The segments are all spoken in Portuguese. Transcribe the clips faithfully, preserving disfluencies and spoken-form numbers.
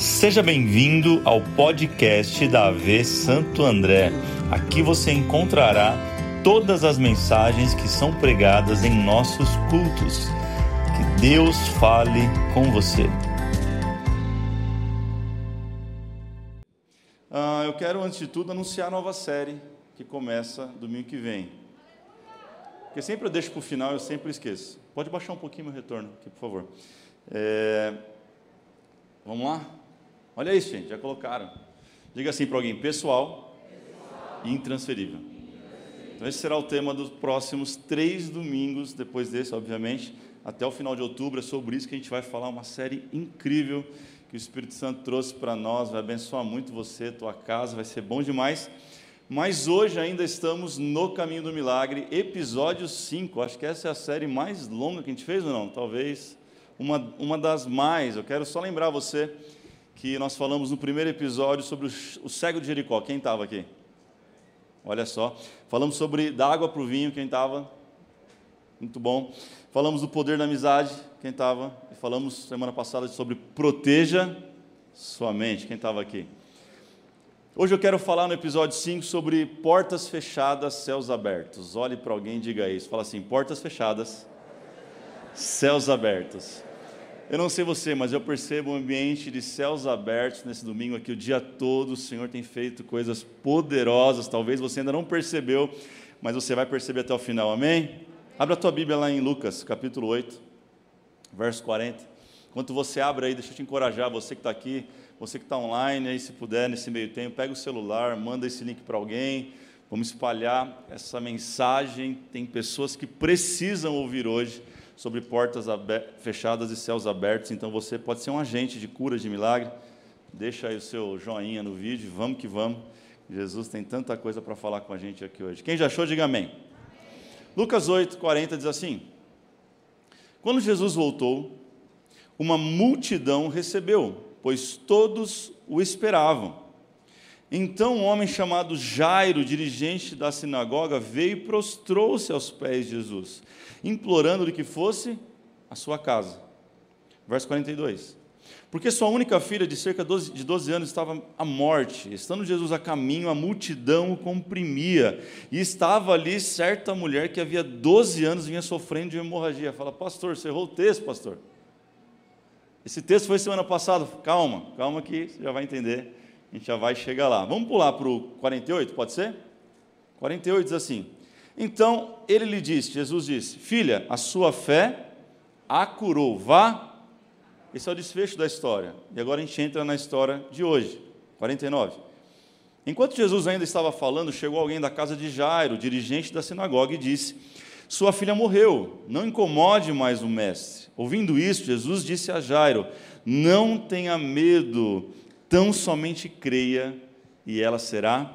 Seja bem-vindo ao podcast da A V Santo André. Aqui você encontrará todas as mensagens que são pregadas em nossos cultos. Que Deus fale com você. Ah, eu quero, antes de tudo, anunciar a nova série que começa domingo que vem. Porque sempre eu deixo para o final, eu sempre esqueço. Pode baixar um pouquinho meu retorno aqui, por favor. É... Vamos lá? Olha isso, gente, já colocaram. Diga assim para alguém: pessoal, pessoal. E intransferível. intransferível. Então esse será o tema dos próximos três domingos, depois desse, obviamente, até o final de outubro. É sobre isso que a gente vai falar, uma série incrível que o Espírito Santo trouxe para nós, vai abençoar muito você, tua casa, vai ser bom demais. Mas hoje ainda estamos no Caminho do Milagre, episódio cinco, acho que essa é a série mais longa que a gente fez ou não? Talvez uma, uma das mais. Eu quero só lembrar você que nós falamos no primeiro episódio sobre o, o cego de Jericó. Quem estava aqui? Olha só. Falamos sobre da água para o vinho. Quem estava? Muito bom. Falamos do poder da amizade. Quem estava? E falamos semana passada sobre proteja sua mente. Quem estava aqui? Hoje eu quero falar no episódio cinco sobre portas fechadas, céus abertos. Olhe para alguém e diga isso. Fala assim: portas fechadas, céus abertos. Eu não sei você, mas eu percebo um ambiente de céus abertos nesse domingo aqui, o dia todo. O Senhor tem feito coisas poderosas, talvez você ainda não percebeu, mas você vai perceber até o final, amém? Abra a tua Bíblia lá em Lucas, capítulo oito, verso quarenta. Enquanto você abre aí, deixa eu te encorajar, você que está aqui, você que está online, aí se puder, nesse meio tempo, pega o celular, manda esse link para alguém, vamos espalhar essa mensagem. Tem pessoas que precisam ouvir hoje sobre portas fechadas e céus abertos. Então você pode ser um agente de cura, de milagre. Deixa aí o seu joinha no vídeo, vamos que vamos. Jesus tem tanta coisa para falar com a gente aqui hoje. Quem já achou, diga amém. Amém. Lucas oito, quarenta diz assim: quando Jesus voltou, uma multidão recebeu, pois todos o esperavam. Então um homem chamado Jairo, dirigente da sinagoga, veio e prostrou-se aos pés de Jesus, implorando-lhe que fosse a sua casa. Verso quarenta e dois. Porque sua única filha, de cerca de doze anos, estava à morte. Estando Jesus a caminho, a multidão o comprimia. E estava ali certa mulher que havia doze anos vinha sofrendo de hemorragia. Fala: pastor, você errou o texto, pastor. Esse texto foi semana passada. Calma, calma que você já vai entender. A gente já vai chegar lá. Vamos pular para o quarenta e oito, pode ser? quarenta e oito diz assim: então ele lhe disse, Jesus disse: filha, a sua fé a curou, vá. Esse é o desfecho da história. E agora a gente entra na história de hoje. quarenta e nove. Enquanto Jesus ainda estava falando, chegou alguém da casa de Jairo, dirigente da sinagoga, e disse: sua filha morreu, não incomode mais o mestre. Ouvindo isso, Jesus disse a Jairo: não tenha medo, tão somente creia e ela será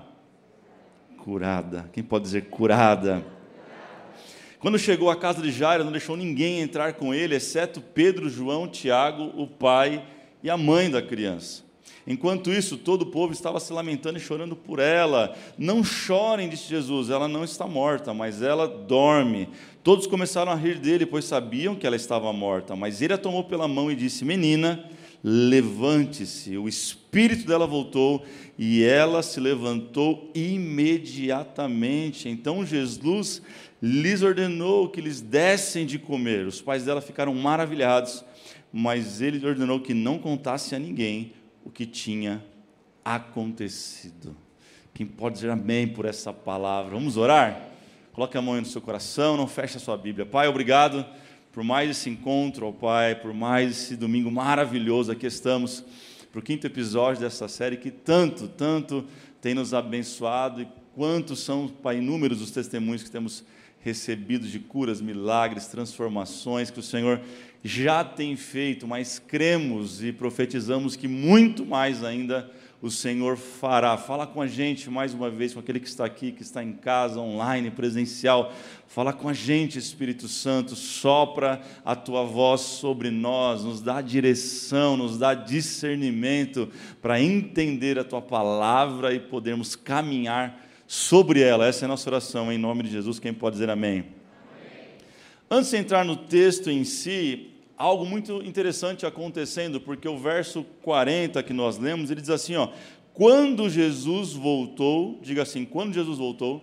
curada. Quem pode dizer curada? Quando chegou à casa de Jairo, não deixou ninguém entrar com ele, exceto Pedro, João, Tiago, o pai e a mãe da criança. Enquanto isso, todo o povo estava se lamentando e chorando por ela. Não chorem, disse Jesus, ela não está morta, mas ela dorme. Todos começaram a rir dele, pois sabiam que ela estava morta. Mas ele a tomou pela mão e disse: menina, levante-se. O espírito dela voltou e ela se levantou imediatamente. Então Jesus lhes ordenou que lhes dessem de comer. Os pais dela ficaram maravilhados, mas ele ordenou que não contasse a ninguém o que tinha acontecido. Quem pode dizer amém por essa palavra? Vamos orar? Coloque a mão aí no seu coração, não feche a sua Bíblia. Pai, obrigado por mais esse encontro, ó Pai, por mais esse domingo maravilhoso. Aqui estamos para o quinto episódio dessa série que tanto, tanto tem nos abençoado, e quantos são, Pai, inúmeros os testemunhos que temos recebidos de curas, milagres, transformações que o Senhor já tem feito, mas cremos e profetizamos que muito mais ainda o Senhor fará. Fala com a gente mais uma vez, com aquele que está aqui, que está em casa, online, presencial. Fala com a gente, Espírito Santo, sopra a tua voz sobre nós, nos dá direção, nos dá discernimento para entender a tua palavra e podermos caminhar sobre ela. Essa é a nossa oração, em nome de Jesus. Quem pode dizer amém? Amém. Antes de entrar no texto em si, algo muito interessante acontecendo, porque o verso quarenta que nós lemos, ele diz assim, ó, quando Jesus voltou, diga assim, quando Jesus voltou,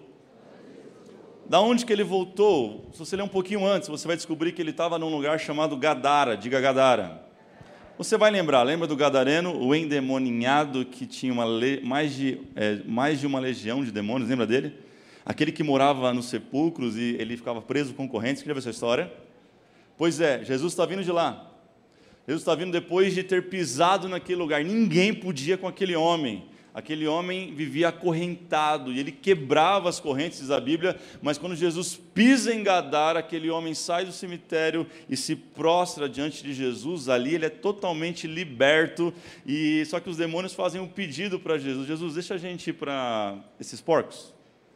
da onde que ele voltou? Se você ler um pouquinho antes, você vai descobrir que ele estava num lugar chamado Gadara, diga Gadara. Você vai lembrar, lembra do gadareno, o endemoniado que tinha uma le... mais, de, é, mais de uma legião de demônios, lembra dele? Aquele que morava nos sepulcros e ele ficava preso com correntes, queria ver essa história? Pois é, Jesus está vindo de lá. Jesus está vindo depois de ter pisado naquele lugar. Ninguém podia com aquele homem. Aquele homem vivia acorrentado e ele quebrava as correntes, diz a Bíblia, mas quando Jesus pisa em Gadara, aquele homem sai do cemitério e se prostra diante de Jesus, ali ele é totalmente liberto, e só que os demônios fazem um pedido para Jesus, Jesus, deixa a gente ir para esses porcos.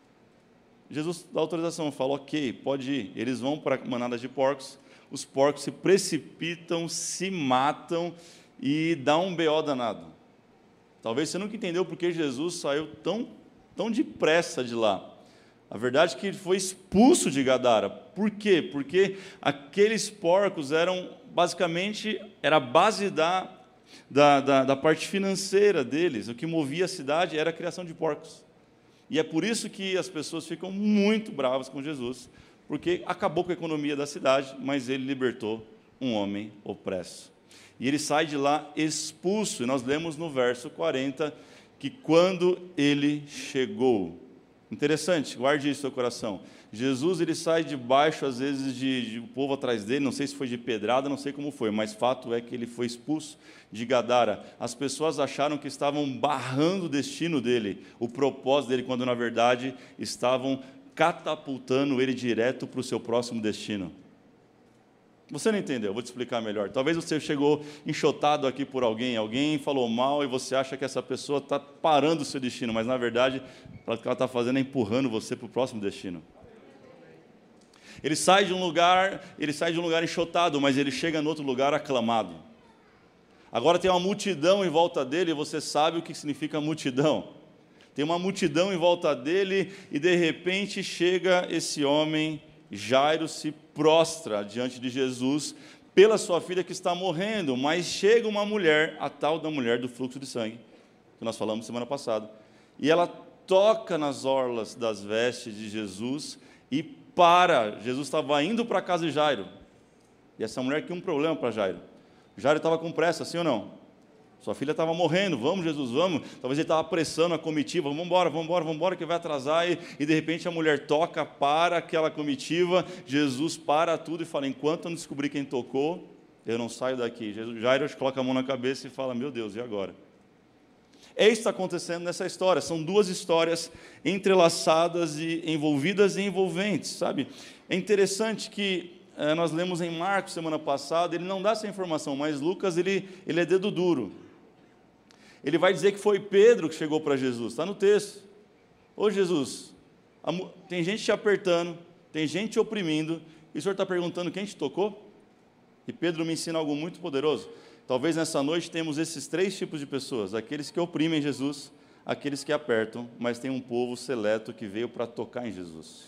Jesus dá autorização, fala, ok, pode ir. Eles vão para manadas de porcos, os porcos se precipitam, se matam e dá um B O danado. Talvez você nunca entendeu porque Jesus saiu tão, tão depressa de lá. A verdade é que ele foi expulso de Gadara. Por quê? Porque aqueles porcos eram, basicamente, era a base da, da, da, da parte financeira deles. O que movia a cidade era a criação de porcos. E é por isso que as pessoas ficam muito bravas com Jesus, porque acabou com a economia da cidade, mas ele libertou um homem opresso. E ele sai de lá expulso. E nós lemos no verso quarenta que quando ele chegou... Interessante, guarde isso no seu coração. Jesus ele sai debaixo, às vezes, de, de o povo atrás dele, não sei se foi de pedrada, não sei como foi, mas fato é que ele foi expulso de Gadara. As pessoas acharam que estavam barrando o destino dele, o propósito dele, quando na verdade estavam catapultando ele direto para o seu próximo destino. Você não entendeu, vou te explicar melhor. Talvez você chegou enxotado aqui por alguém, alguém falou mal e você acha que essa pessoa está parando o seu destino, mas na verdade o que ela está fazendo é empurrando você para o próximo destino. Ele sai de um lugar, ele sai de um lugar enxotado, mas ele chega em outro lugar aclamado. Agora tem uma multidão em volta dele, e você sabe o que significa multidão. Tem uma multidão em volta dele e de repente chega esse homem, Jairo, se prostra diante de Jesus pela sua filha que está morrendo, mas chega uma mulher, a tal da mulher do fluxo de sangue, que nós falamos semana passada, e ela toca nas orlas das vestes de Jesus e para. Jesus estava indo para a casa de Jairo, e essa mulher tinha um problema para Jairo. Jairo estava com pressa, sim ou não? Sua filha estava morrendo, vamos Jesus, vamos. Talvez ele estava apressando a comitiva, vamos embora, vamos embora, vamos embora, que vai atrasar. E, e de repente a mulher toca para aquela comitiva, Jesus para tudo e fala, enquanto eu não descobrir quem tocou, eu não saio daqui. Jesus, Jairo coloca a mão na cabeça e fala, meu Deus, e agora? É isso que está acontecendo nessa história, são duas histórias entrelaçadas e envolvidas e envolventes, sabe? É interessante que é, nós lemos em Marcos semana passada, ele não dá essa informação, mas Lucas ele, ele é dedo duro. Ele vai dizer que foi Pedro que chegou para Jesus, está no texto. Ô Jesus, a, tem gente te apertando, tem gente te oprimindo, e o Senhor está perguntando quem te tocou? E Pedro me ensina algo muito poderoso. Talvez nessa noite temos esses três tipos de pessoas, aqueles que oprimem Jesus, aqueles que apertam, mas tem um povo seleto que veio para tocar em Jesus.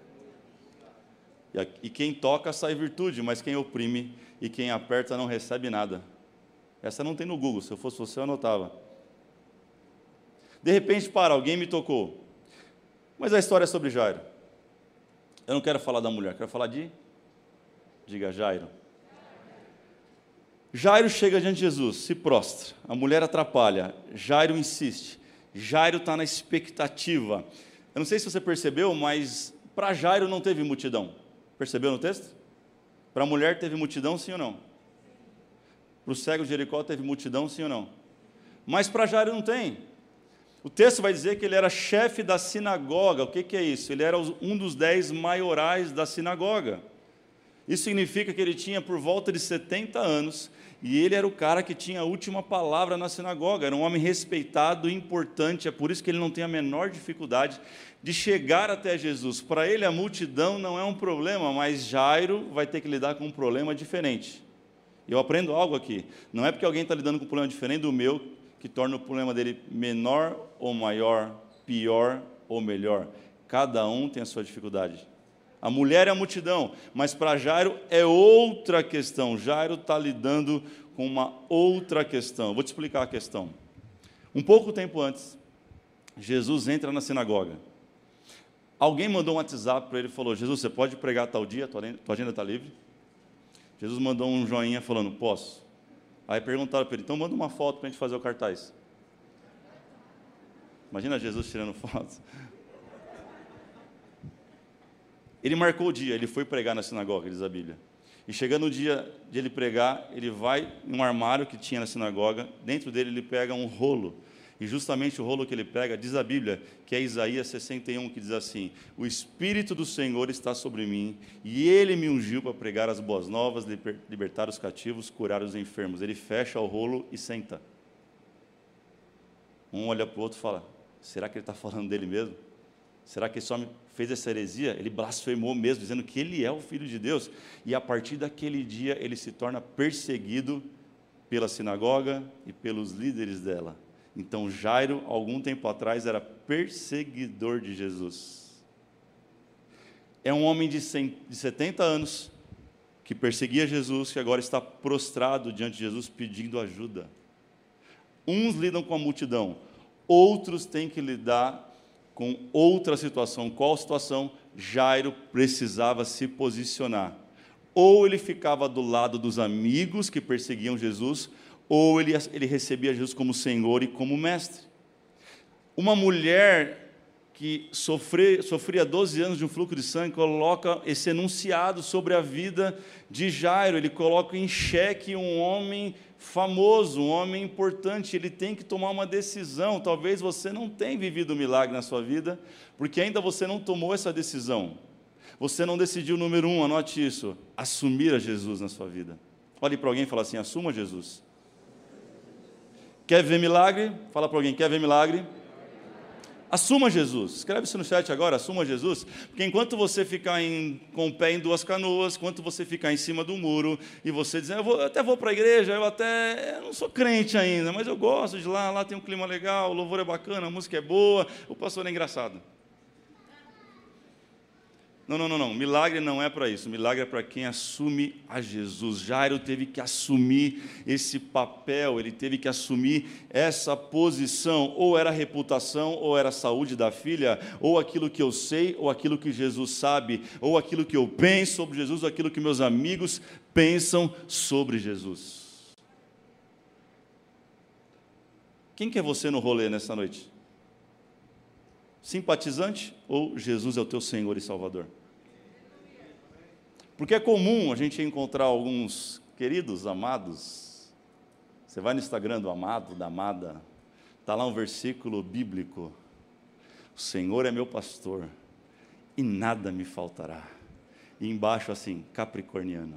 E quem toca sai virtude, mas quem oprime e quem aperta não recebe nada. Essa não tem no Google, se eu fosse você eu anotava. De repente, para, alguém me tocou. Mas a história é sobre Jairo. Eu não quero falar da mulher, quero falar de... Diga, Jairo. Jairo chega diante de Jesus, se prostra. A mulher atrapalha. Jairo insiste. Jairo está na expectativa. Eu não sei se você percebeu, mas para Jairo não teve multidão. Percebeu no texto? Para a mulher teve multidão, sim ou não? Para o cego de Jericó teve multidão, sim ou não? Mas para Jairo não tem. O texto vai dizer que ele era chefe da sinagoga. O que, que é isso? Ele era um dos dez maiorais da sinagoga. Isso significa que ele tinha por volta de setenta anos, e ele era o cara que tinha a última palavra na sinagoga, era um homem respeitado e importante, é por isso que ele não tem a menor dificuldade de chegar até Jesus. Para ele a multidão não é um problema, mas Jairo vai ter que lidar com um problema diferente. Eu aprendo algo aqui, não é porque alguém está lidando com um problema diferente do meu, que torna o problema dele menor ou maior, pior ou melhor. Cada um tem a sua dificuldade. A mulher é a multidão, mas para Jairo é outra questão. Jairo está lidando com uma outra questão. Vou te explicar a questão. Um pouco tempo antes, Jesus entra na sinagoga. Alguém mandou um WhatsApp para ele e falou: Jesus, você pode pregar tal dia? Tua agenda está livre? Jesus mandou um joinha falando: posso. Aí perguntaram para ele: então manda uma foto para a gente fazer o cartaz. Imagina Jesus tirando foto. Ele marcou o dia, ele foi pregar na sinagoga, diz a Bíblia. E chegando o dia de ele pregar, ele vai em um armário que tinha na sinagoga, dentro dele ele pega um rolo. E justamente o rolo que ele pega, diz a Bíblia, que é Isaías sessenta e um, que diz assim: o Espírito do Senhor está sobre mim, e Ele me ungiu para pregar as boas novas, libertar os cativos, curar os enfermos. Ele fecha o rolo e senta. Um olha para o outro e fala: será que ele está falando dele mesmo? Será que esse homem fez essa heresia? Ele blasfemou mesmo, dizendo que ele é o Filho de Deus. E a partir daquele dia ele se torna perseguido pela sinagoga e pelos líderes dela. Então Jairo, algum tempo atrás, era perseguidor de Jesus. É um homem de setenta anos que perseguia Jesus, que agora está prostrado diante de Jesus pedindo ajuda. Uns lidam com a multidão, outros têm que lidar com outra situação. Qual situação? Jairo precisava se posicionar. Ou ele ficava do lado dos amigos que perseguiam Jesus, ou ele, ele recebia Jesus como Senhor e como Mestre. Uma mulher que sofre, sofria doze anos de um fluxo de sangue coloca esse enunciado sobre a vida de Jairo. Ele coloca em xeque um homem famoso, um homem importante. Ele tem que tomar uma decisão. Talvez você não tenha vivido um milagre na sua vida, porque ainda você não tomou essa decisão. Você não decidiu, número um, anote isso, assumir a Jesus na sua vida. Olhe para alguém e fala assim: assuma Jesus. Quer ver milagre? Fala para alguém: quer ver milagre? Assuma Jesus. Escreve isso no chat agora: assuma Jesus. Porque enquanto você ficar em, com o pé em duas canoas, enquanto você ficar em cima do muro, e você dizer: eu, vou, eu até vou para a igreja, eu até eu não sou crente ainda, mas eu gosto de lá, lá tem um clima legal, o louvor é bacana, a música é boa, o pastor é engraçado. Não, não, não, não. Milagre não é para isso. Milagre é para quem assume a Jesus. Jairo teve que assumir esse papel, ele teve que assumir essa posição. Ou era a reputação, ou era a saúde da filha, ou aquilo que eu sei, ou aquilo que Jesus sabe, ou aquilo que eu penso sobre Jesus, ou aquilo que meus amigos pensam sobre Jesus. Quem que é você no rolê nessa noite? Simpatizante ou Jesus é o teu Senhor e Salvador? Porque é comum a gente encontrar alguns queridos, amados. Você vai no Instagram do amado, da amada, está lá um versículo bíblico: o Senhor é meu pastor e nada me faltará. E embaixo assim, capricorniano.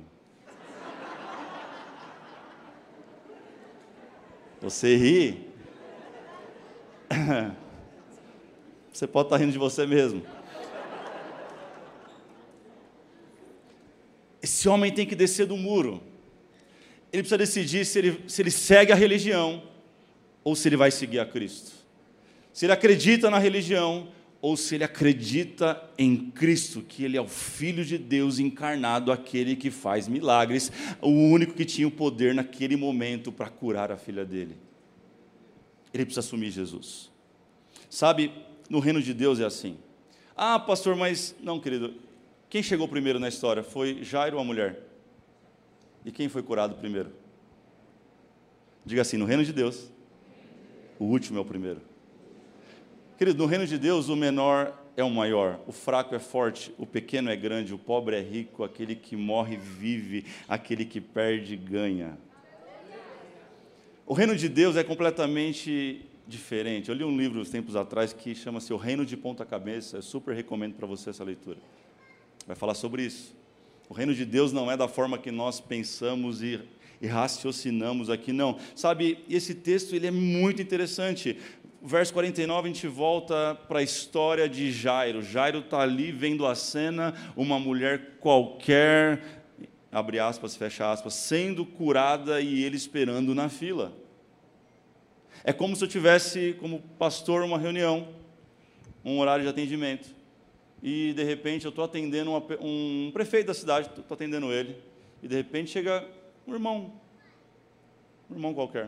Você ri? Você pode estar rindo de você mesmo. Esse homem tem que descer do muro. Ele precisa decidir se ele, se ele segue a religião ou se ele vai seguir a Cristo. Se ele acredita na religião ou se ele acredita em Cristo, que Ele é o Filho de Deus encarnado, aquele que faz milagres, o único que tinha o poder naquele momento para curar a filha dele. Ele precisa assumir Jesus. Sabe, no reino de Deus é assim. Ah, pastor, mas... Não, querido. Quem chegou primeiro na história? Foi Jairo ou a mulher? E quem foi curado primeiro? Diga assim: no reino de Deus, o último é o primeiro. Querido, no reino de Deus, o menor é o maior, o fraco é forte, o pequeno é grande, o pobre é rico, aquele que morre vive, aquele que perde ganha. O reino de Deus é completamente diferente. Eu li um livro uns tempos atrás que chama-se O Reino de Ponta Cabeça. Eu super recomendo para você essa leitura. Vai falar sobre isso. O reino de Deus não é da forma que nós pensamos e, e raciocinamos aqui, não. Sabe, esse texto ele é muito interessante. Verso quarenta e nove, a gente volta para a história de Jairo. Jairo está ali vendo a cena, uma mulher qualquer, abre aspas, fecha aspas, sendo curada e ele esperando na fila. É como se eu tivesse, como pastor, uma reunião, um horário de atendimento. e de repente eu estou atendendo uma, um prefeito da cidade, estou atendendo ele, e de repente chega um irmão, um irmão qualquer,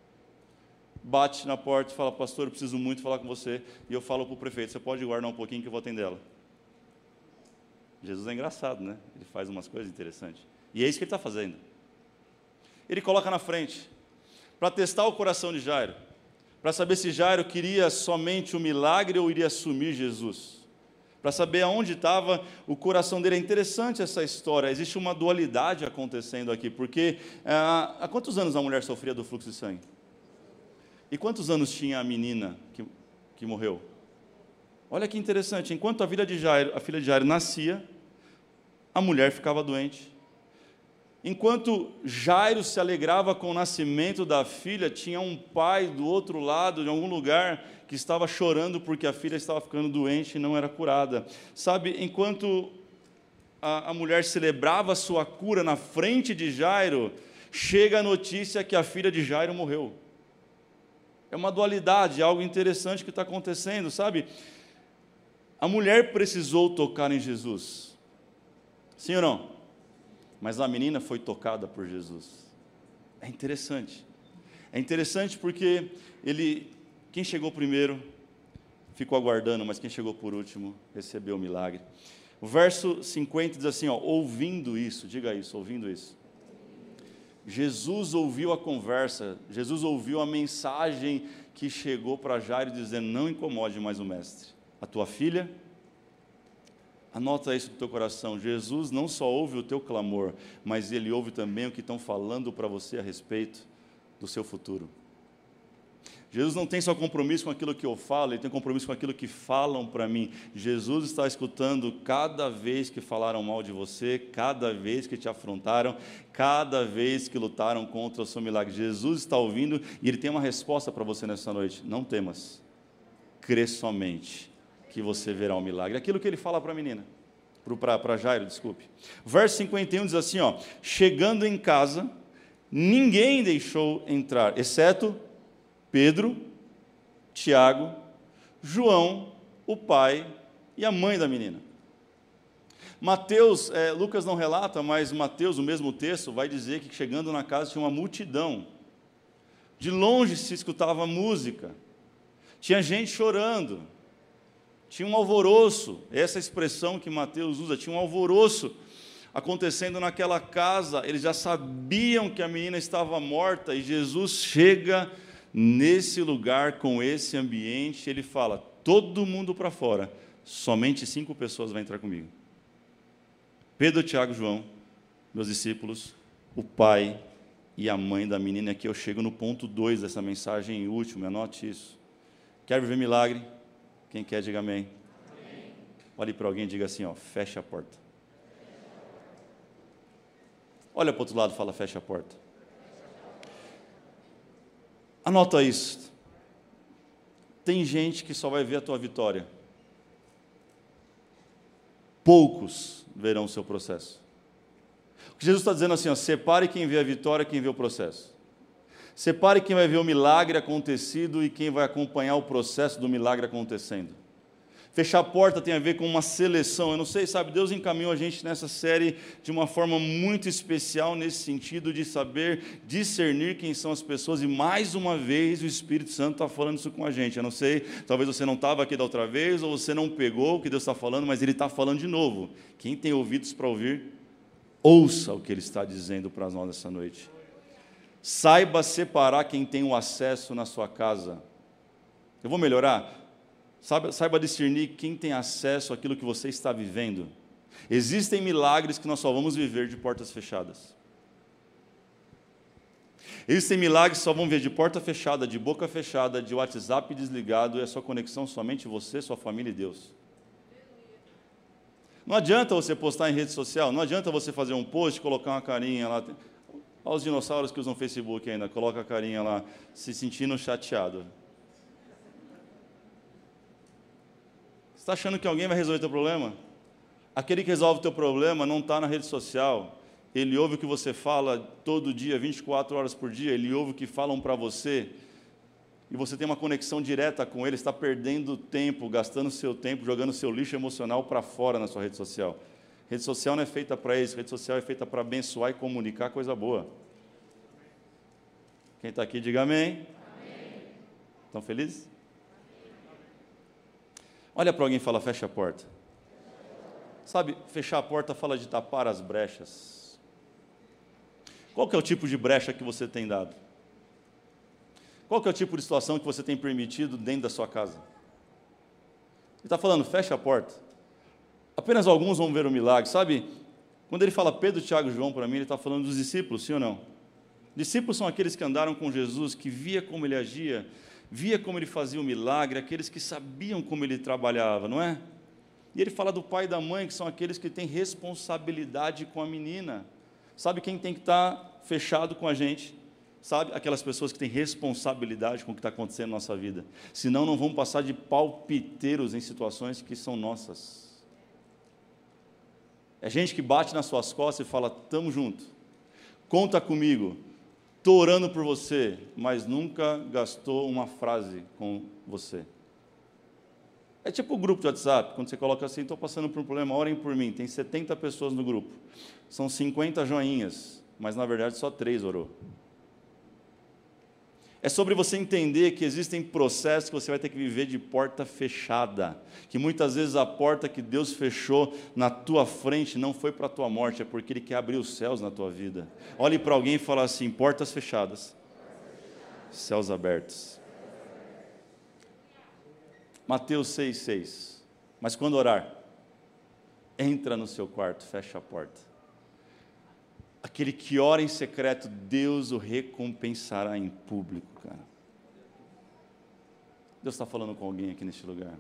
bate na porta e fala, pastor, eu preciso muito falar com você, e eu falo para o prefeito, você pode guardar um pouquinho que eu vou atender ela. Jesus é engraçado, né? Ele faz umas coisas interessantes, e é isso que ele está fazendo. Ele coloca na frente, para testar o coração de Jairo, para saber se Jairo queria somente o milagre ou iria assumir Jesus, para saber aonde estava o coração dele. É interessante essa história, existe uma dualidade acontecendo aqui, porque ah, há quantos anos a mulher sofria do fluxo de sangue? E quantos anos tinha a menina que, que morreu? Olha que interessante, enquanto a filha de Jairo, a filha de Jairo nascia, a mulher ficava doente. Enquanto Jairo se alegrava com o nascimento da filha, tinha um pai do outro lado, de algum lugar, que estava chorando porque a filha estava ficando doente e não era curada. Sabe, enquanto a, a mulher celebrava a sua cura na frente de Jairo, chega a notícia que a filha de Jairo morreu. É uma dualidade, algo interessante que está acontecendo, sabe? A mulher precisou tocar em Jesus. Sim ou não? Mas a menina foi tocada por Jesus. É interessante. É interessante porque ele, quem chegou primeiro ficou aguardando, mas quem chegou por último recebeu o milagre. O verso cinquenta diz assim, ó, ouvindo isso, diga isso, ouvindo isso. Jesus ouviu a conversa, Jesus ouviu a mensagem que chegou para Jairo dizendo, não incomode mais o mestre. A tua filha... Anota isso no teu coração, Jesus não só ouve o teu clamor, mas Ele ouve também o que estão falando para você a respeito do seu futuro. Jesus não tem só compromisso com aquilo que eu falo, Ele tem compromisso com aquilo que falam para mim. Jesus está escutando cada vez que falaram mal de você, cada vez que te afrontaram, cada vez que lutaram contra o seu milagre. Jesus está ouvindo e Ele tem uma resposta para você nessa noite. Não temas, crê somente, que você verá um milagre. Aquilo que ele fala para a menina, para Jairo, desculpe. Verso cinquenta e um diz assim, ó, chegando em casa, ninguém deixou entrar, exceto Pedro, Tiago, João, o pai e a mãe da menina. Mateus, é, Lucas não relata, mas Mateus, o mesmo texto, vai dizer que chegando na casa tinha uma multidão. De longe se escutava música, tinha gente chorando, tinha um alvoroço, essa expressão que Mateus usa, tinha um alvoroço acontecendo naquela casa. Eles já sabiam que a menina estava morta e Jesus chega nesse lugar, com esse ambiente, ele fala, todo mundo para fora, somente cinco pessoas vão entrar comigo. Pedro, Tiago, João, meus discípulos, o pai e a mãe da menina. Aqui eu chego no ponto dois dessa mensagem última, anote isso. Quer viver milagre? Quem quer, diga amém. Amém. Olhe para alguém e diga assim, ó, fecha a porta. Olha para o outro lado e fala, fecha a porta. Anota isso. Tem gente que só vai ver a tua vitória. Poucos verão o seu processo. O que Jesus está dizendo assim, ó, separe quem vê a vitória, quem vê o processo. Separe quem vai ver o milagre acontecido e quem vai acompanhar o processo do milagre acontecendo. Fechar a porta tem a ver com uma seleção. Eu não sei, sabe, Deus encaminhou a gente nessa série de uma forma muito especial, nesse sentido de saber discernir quem são as pessoas, e mais uma vez o Espírito Santo está falando isso com a gente. Eu não sei, talvez você não estava aqui da outra vez, ou você não pegou o que Deus está falando, mas Ele está falando de novo. Quem tem ouvidos para ouvir, ouça o que Ele está dizendo para nós nessa noite. Saiba separar quem tem o acesso na sua casa. Eu vou melhorar? Saiba, saiba discernir quem tem acesso àquilo que você está vivendo. Existem milagres que nós só vamos viver de portas fechadas. Existem milagres que só vão ver de porta fechada, de boca fechada, de WhatsApp desligado, e a sua conexão somente você, sua família e Deus. Não adianta você postar em rede social, não adianta você fazer um post, colocar uma carinha lá. Olha os dinossauros que usam Facebook ainda, coloca a carinha lá, se sentindo chateado. Você está achando que alguém vai resolver o teu problema? Aquele que resolve o teu problema não está na rede social. Ele ouve o que você fala todo dia, vinte e quatro horas por dia, ele ouve o que falam para você. e você tem uma conexão direta com ele, está perdendo tempo, gastando seu tempo, jogando seu lixo emocional para fora na sua rede social. Rede social não é feita para isso, rede social é feita para abençoar e comunicar coisa boa. Quem está aqui, diga amém. Amém. Estão felizes? Olha para alguém e fala, fecha a porta. Sabe, fechar a porta fala de tapar as brechas. Qual que é o tipo de brecha que você tem dado? Qual que é o tipo de situação que você tem permitido dentro da sua casa? Ele está falando, fecha a porta. Apenas alguns vão ver o milagre. Sabe, quando ele fala Pedro, Tiago e João para mim, ele está falando dos discípulos, sim ou não? Discípulos são aqueles que andaram com Jesus, que via como ele agia, via como ele fazia o milagre, aqueles que sabiam como ele trabalhava, não é? E ele fala do pai e da mãe, que são aqueles que têm responsabilidade com a menina. Sabe quem tem que estar fechado com a gente? Sabe, aquelas pessoas que têm responsabilidade com o que está acontecendo na nossa vida. Senão não vão passar de palpiteiros em situações que são nossas. É gente que bate nas suas costas e fala, tamo junto, conta comigo, estou orando por você, mas nunca gastou uma frase com você. É tipo o grupo de WhatsApp, quando você coloca assim, estou passando por um problema, orem por mim, tem setenta pessoas no grupo, são cinquenta joinhas, mas na verdade só três orou. É sobre você entender que existem processos que você vai ter que viver de porta fechada, que muitas vezes a porta que Deus fechou na tua frente não foi para a tua morte, é porque Ele quer abrir os céus na tua vida. Olhe para alguém e fala assim, portas fechadas, céus abertos. Mateus seis, seis. Mas quando orar, entra no seu quarto, fecha a porta. Aquele que ora em secreto, Deus o recompensará em público, cara. Deus está falando com alguém aqui neste lugar.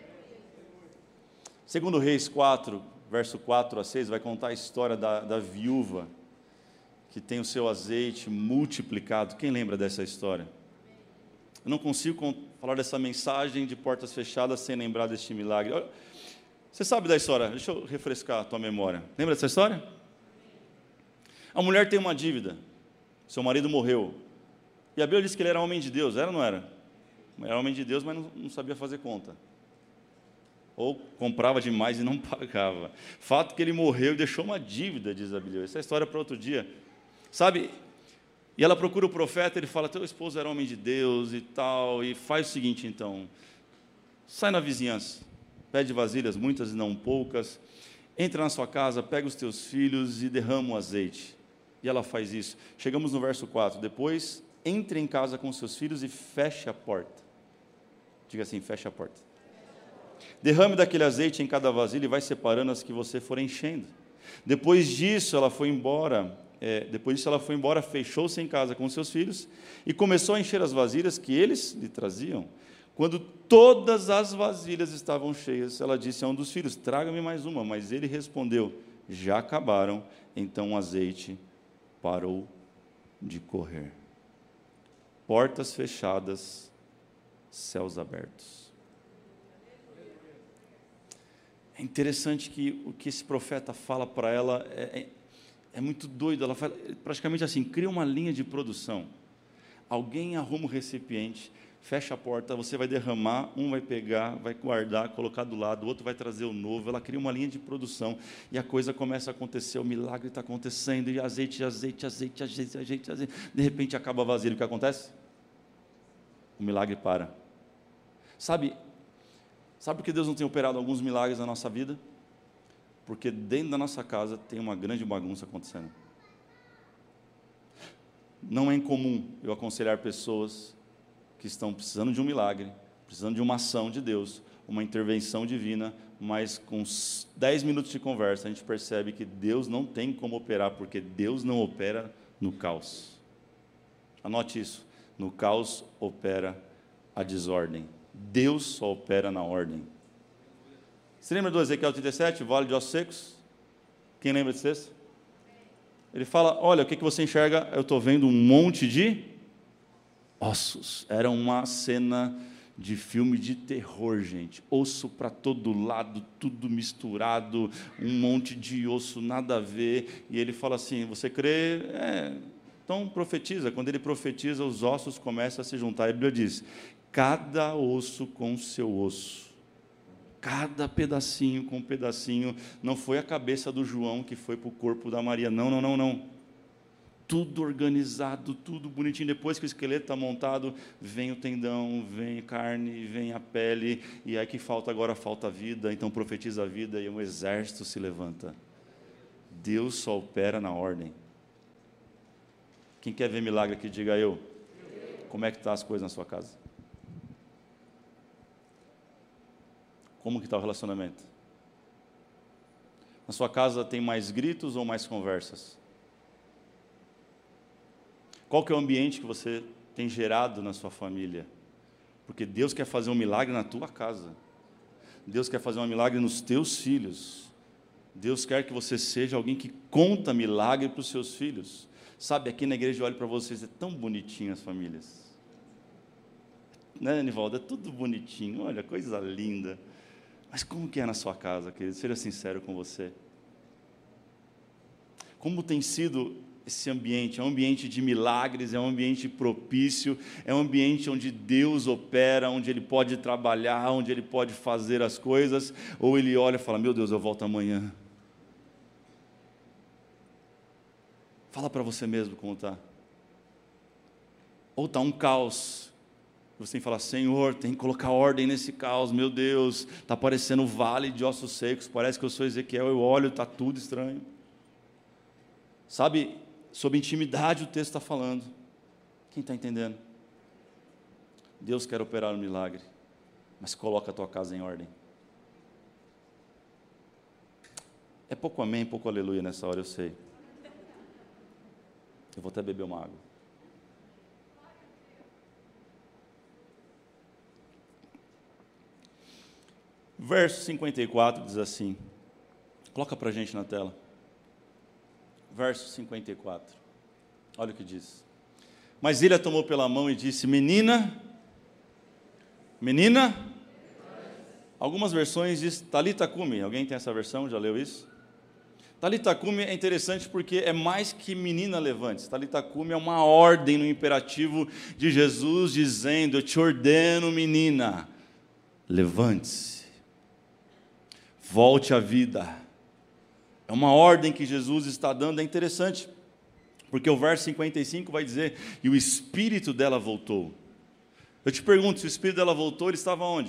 Segundo Reis quatro, verso quatro a seis, vai contar a história da, da viúva que tem o seu azeite multiplicado. Quem lembra dessa história? Eu não consigo falar dessa mensagem de portas fechadas sem lembrar deste milagre. Você sabe da história? Deixa eu refrescar a tua memória. Lembra dessa história? A mulher tem uma dívida, seu marido morreu, e a Bíblia diz que ele era homem de Deus, era ou não era? Era homem de Deus, mas não, não sabia fazer conta, ou comprava demais e não pagava. Fato que ele morreu e deixou uma dívida, diz a Bíblia. Essa é a história para outro dia, sabe? E ela procura o profeta, ele fala, teu esposo era homem de Deus e tal, e faz o seguinte então, sai na vizinhança, pede vasilhas, muitas e não poucas, entra na sua casa, pega os teus filhos e derrama o azeite. E ela faz isso. Chegamos no verso quatro. Depois, entre em casa com seus filhos e feche a porta. Diga assim, feche a porta. Derrame daquele azeite em cada vasilha e vai separando as que você for enchendo. Depois disso, ela foi embora. É, depois disso, ela foi embora, fechou-se em casa com seus filhos e começou a encher as vasilhas que eles lhe traziam. Quando todas as vasilhas estavam cheias, ela disse a um dos filhos, traga-me mais uma. Mas ele respondeu, já acabaram. Então o azeite parou de correr. Portas fechadas, céus abertos. É interessante que o que esse profeta fala para ela é, é, é muito doido. Ela fala praticamente assim, cria uma linha de produção. Alguém arruma o recipiente, fecha a porta, você vai derramar, um vai pegar, vai guardar, colocar do lado, o outro vai trazer o novo. Ela cria uma linha de produção e a coisa começa a acontecer, o milagre está acontecendo, e azeite, azeite, azeite, azeite, azeite, azeite. De repente acaba a vasilha, o que acontece? O milagre para. Sabe, sabe por que Deus não tem operado alguns milagres na nossa vida? Porque dentro da nossa casa tem uma grande bagunça acontecendo. Não é incomum eu aconselhar pessoas que estão precisando de um milagre, precisando de uma ação de Deus, uma intervenção divina, mas com dez minutos de conversa a gente percebe que Deus não tem como operar, porque Deus não opera no caos. Anote isso, no caos opera a desordem, Deus só opera na ordem. Você lembra do Ezequiel trinta e sete, Vale de Ossos Secos? Quem lembra desse texto? Ele fala, olha, o que você enxerga? Eu estou vendo um monte de ossos. Era uma cena de filme de terror, gente. Osso para todo lado, tudo misturado, um monte de osso, nada a ver. E ele fala assim, você crê? É, Então, profetiza. Quando ele profetiza, os ossos começam a se juntar. A Bíblia diz, cada osso com seu osso. Cada pedacinho com pedacinho. Não foi a cabeça do João que foi para o corpo da Maria. Não, não, não, não. Tudo organizado, tudo bonitinho. Depois que o esqueleto está montado, vem o tendão, vem a carne, vem a pele. E aí que falta agora, falta a vida. Então profetiza a vida e um exército se levanta. Deus só opera na ordem. Quem quer ver milagre aqui, diga eu. Como é que estão as coisas na sua casa? Como que está o relacionamento? Na sua casa tem mais gritos ou mais conversas? Qual que é o ambiente que você tem gerado na sua família? Porque Deus quer fazer um milagre na tua casa. Deus quer fazer um milagre nos teus filhos. Deus quer que você seja alguém que conta milagre para os seus filhos. Sabe, aqui na igreja eu olho para vocês, é tão bonitinho as famílias. Né, Nivaldo? É tudo bonitinho, olha, coisa linda. Mas como que é na sua casa, querido? Seja sincero com você. Como tem sido esse ambiente? É um ambiente de milagres, é um ambiente propício, é um ambiente onde Deus opera, onde Ele pode trabalhar, onde Ele pode fazer as coisas, ou Ele olha e fala, meu Deus, eu volto amanhã. Fala para você mesmo como está. Ou está um caos. Você tem que falar, Senhor, tem que colocar ordem nesse caos, meu Deus, está parecendo um vale de ossos secos, parece que eu sou Ezequiel, eu olho, está tudo estranho. Sabe, sobre intimidade o texto está falando. Quem está entendendo? Deus quer operar um milagre, mas coloca a tua casa em ordem. É pouco amém, pouco aleluia nessa hora, eu sei. Eu vou até beber uma água. Verso cinquenta e quatro diz assim, coloca para a gente na tela. Verso cinquenta e quatro, olha o que diz. Mas ele a tomou pela mão e disse, menina, menina, algumas versões diz, Talita cumi, alguém tem essa versão, já leu isso? Talita cumi é interessante porque é mais que menina levante-se. Talita cumi é uma ordem no imperativo de Jesus dizendo, eu te ordeno menina, levante-se, volte à vida. É uma ordem que Jesus está dando, é interessante, porque o verso cinquenta e cinco vai dizer, e o espírito dela voltou. Eu te pergunto, se o espírito dela voltou, ele estava onde?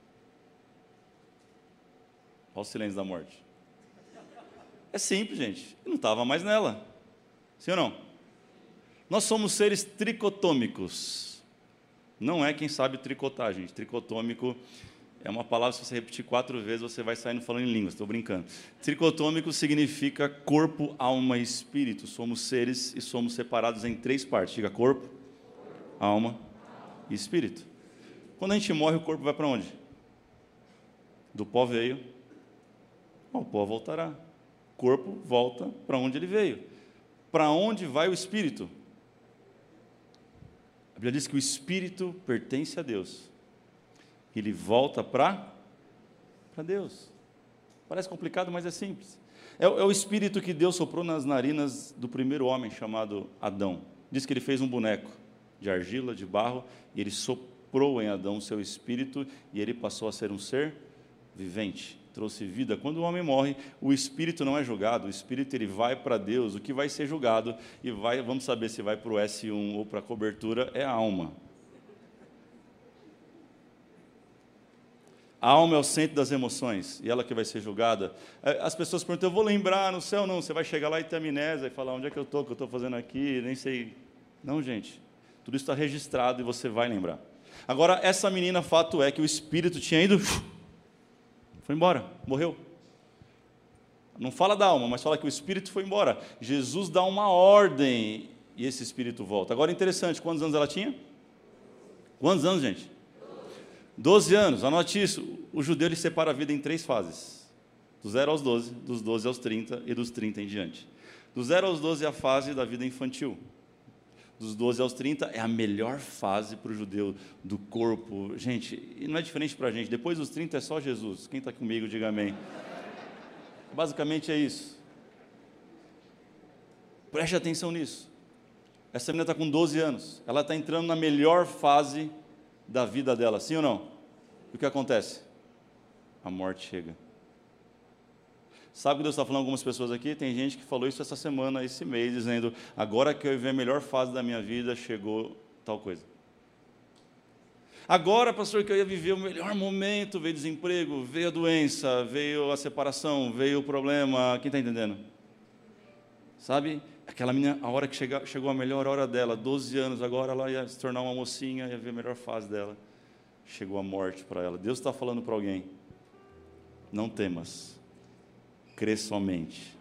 Olha o silêncio da morte. É simples, gente, ele não estava mais nela, sim ou não? Nós somos seres tricotômicos, não é quem sabe tricotar, gente, tricotômico é uma palavra, se você repetir quatro vezes, você vai saindo falando em línguas, estou brincando. Tricotômico significa corpo, alma e espírito. Somos seres e somos separados em três partes. Diga corpo, alma e espírito. Quando a gente morre, o corpo vai para onde? Do pó veio, ao pó voltará. O corpo volta para onde ele veio. Para onde vai o espírito? A Bíblia diz que o espírito pertence a Deus. Ele volta para para Deus. Parece complicado, mas é simples. É, é o espírito que Deus soprou nas narinas do primeiro homem chamado Adão. Diz que ele fez um boneco de argila, de barro, e ele soprou em Adão o seu espírito, e ele passou a ser um ser vivente, trouxe vida. Quando o homem morre, o espírito não é julgado, o espírito ele vai para Deus. O que vai ser julgado, e vai, vamos saber se vai para o S um ou para a cobertura, é a alma. A alma é o centro das emoções, e ela que vai ser julgada. As pessoas perguntam, eu vou lembrar no céu? Não, você vai chegar lá e ter amnésia, e falar, onde é que eu estou, o que eu estou fazendo aqui, nem sei. Não, gente, tudo isso está registrado e você vai lembrar. Agora, essa menina, fato é que o espírito tinha ido, foi embora, morreu. Não fala da alma, mas fala que o espírito foi embora. Jesus dá uma ordem, e esse espírito volta. Agora, interessante, quantos anos ela tinha? Quantos anos, gente? doze anos, anote isso. O judeu ele separa a vida em três fases. Do zero aos doze, dos doze aos trinta e dos trinta em diante. Do zero aos doze é a fase da vida infantil. Dos doze aos trinta é a melhor fase para o judeu do corpo. Gente, e não é diferente para a gente. Depois dos trinta é só Jesus. Quem está comigo, diga amém. Basicamente é isso. Preste atenção nisso. Essa menina está com doze anos, ela está entrando na melhor fase da vida dela, sim ou não? E o que acontece? A morte chega. Sabe o que Deus está falando com algumas pessoas aqui? Tem gente que falou isso essa semana, esse mês, dizendo, agora que eu vivi a melhor fase da minha vida, chegou tal coisa. Agora, pastor, que eu ia viver o melhor momento, veio desemprego, veio a doença, veio a separação, veio o problema, quem está entendendo? Sabe, aquela menina, a hora que chega, chegou a melhor hora dela, doze anos, agora ela ia se tornar uma mocinha, ia ver a melhor fase dela. Chegou a morte para ela. Deus está falando para alguém, não temas, crê somente.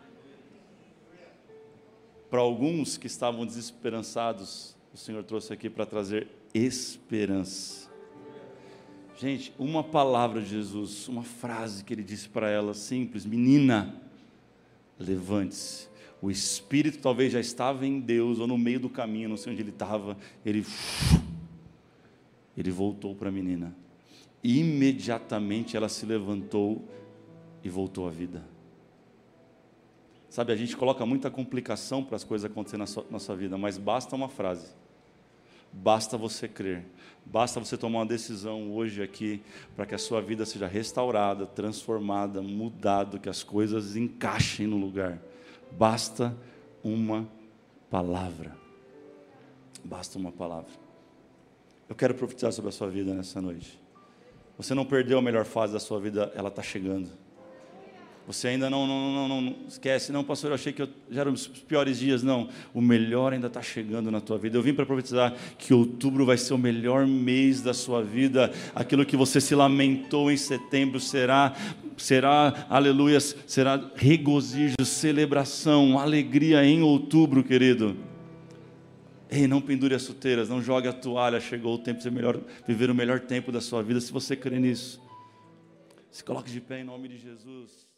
Para alguns que estavam desesperançados, o Senhor trouxe aqui para trazer esperança. Gente, uma palavra de Jesus, uma frase que ele disse para ela, simples, menina, levante-se. O Espírito talvez já estava em Deus, ou no meio do caminho, não sei onde ele estava, ele, ele voltou para a menina. Imediatamente ela se levantou e voltou à vida. Sabe, a gente coloca muita complicação para as coisas acontecerem na sua, na sua vida, mas basta uma frase. Basta você crer, basta você tomar uma decisão hoje aqui, para que a sua vida seja restaurada, transformada, mudada, que as coisas encaixem no lugar. Basta uma palavra, basta uma palavra. Eu quero profetizar sobre a sua vida nessa noite. Você não perdeu a melhor fase da sua vida, ela está chegando. Você ainda não, não, não, não, não esquece, não, pastor, eu achei que eu, já eram os piores dias, não, o melhor ainda está chegando na tua vida. Eu vim para profetizar que outubro vai ser o melhor mês da sua vida, aquilo que você se lamentou em setembro será, será, aleluias, será regozijo, celebração, alegria em outubro, querido. Ei, não pendure as chuteiras, não jogue a toalha, chegou o tempo de ser melhor, viver o melhor tempo da sua vida, se você crê nisso. Se coloque de pé em nome de Jesus.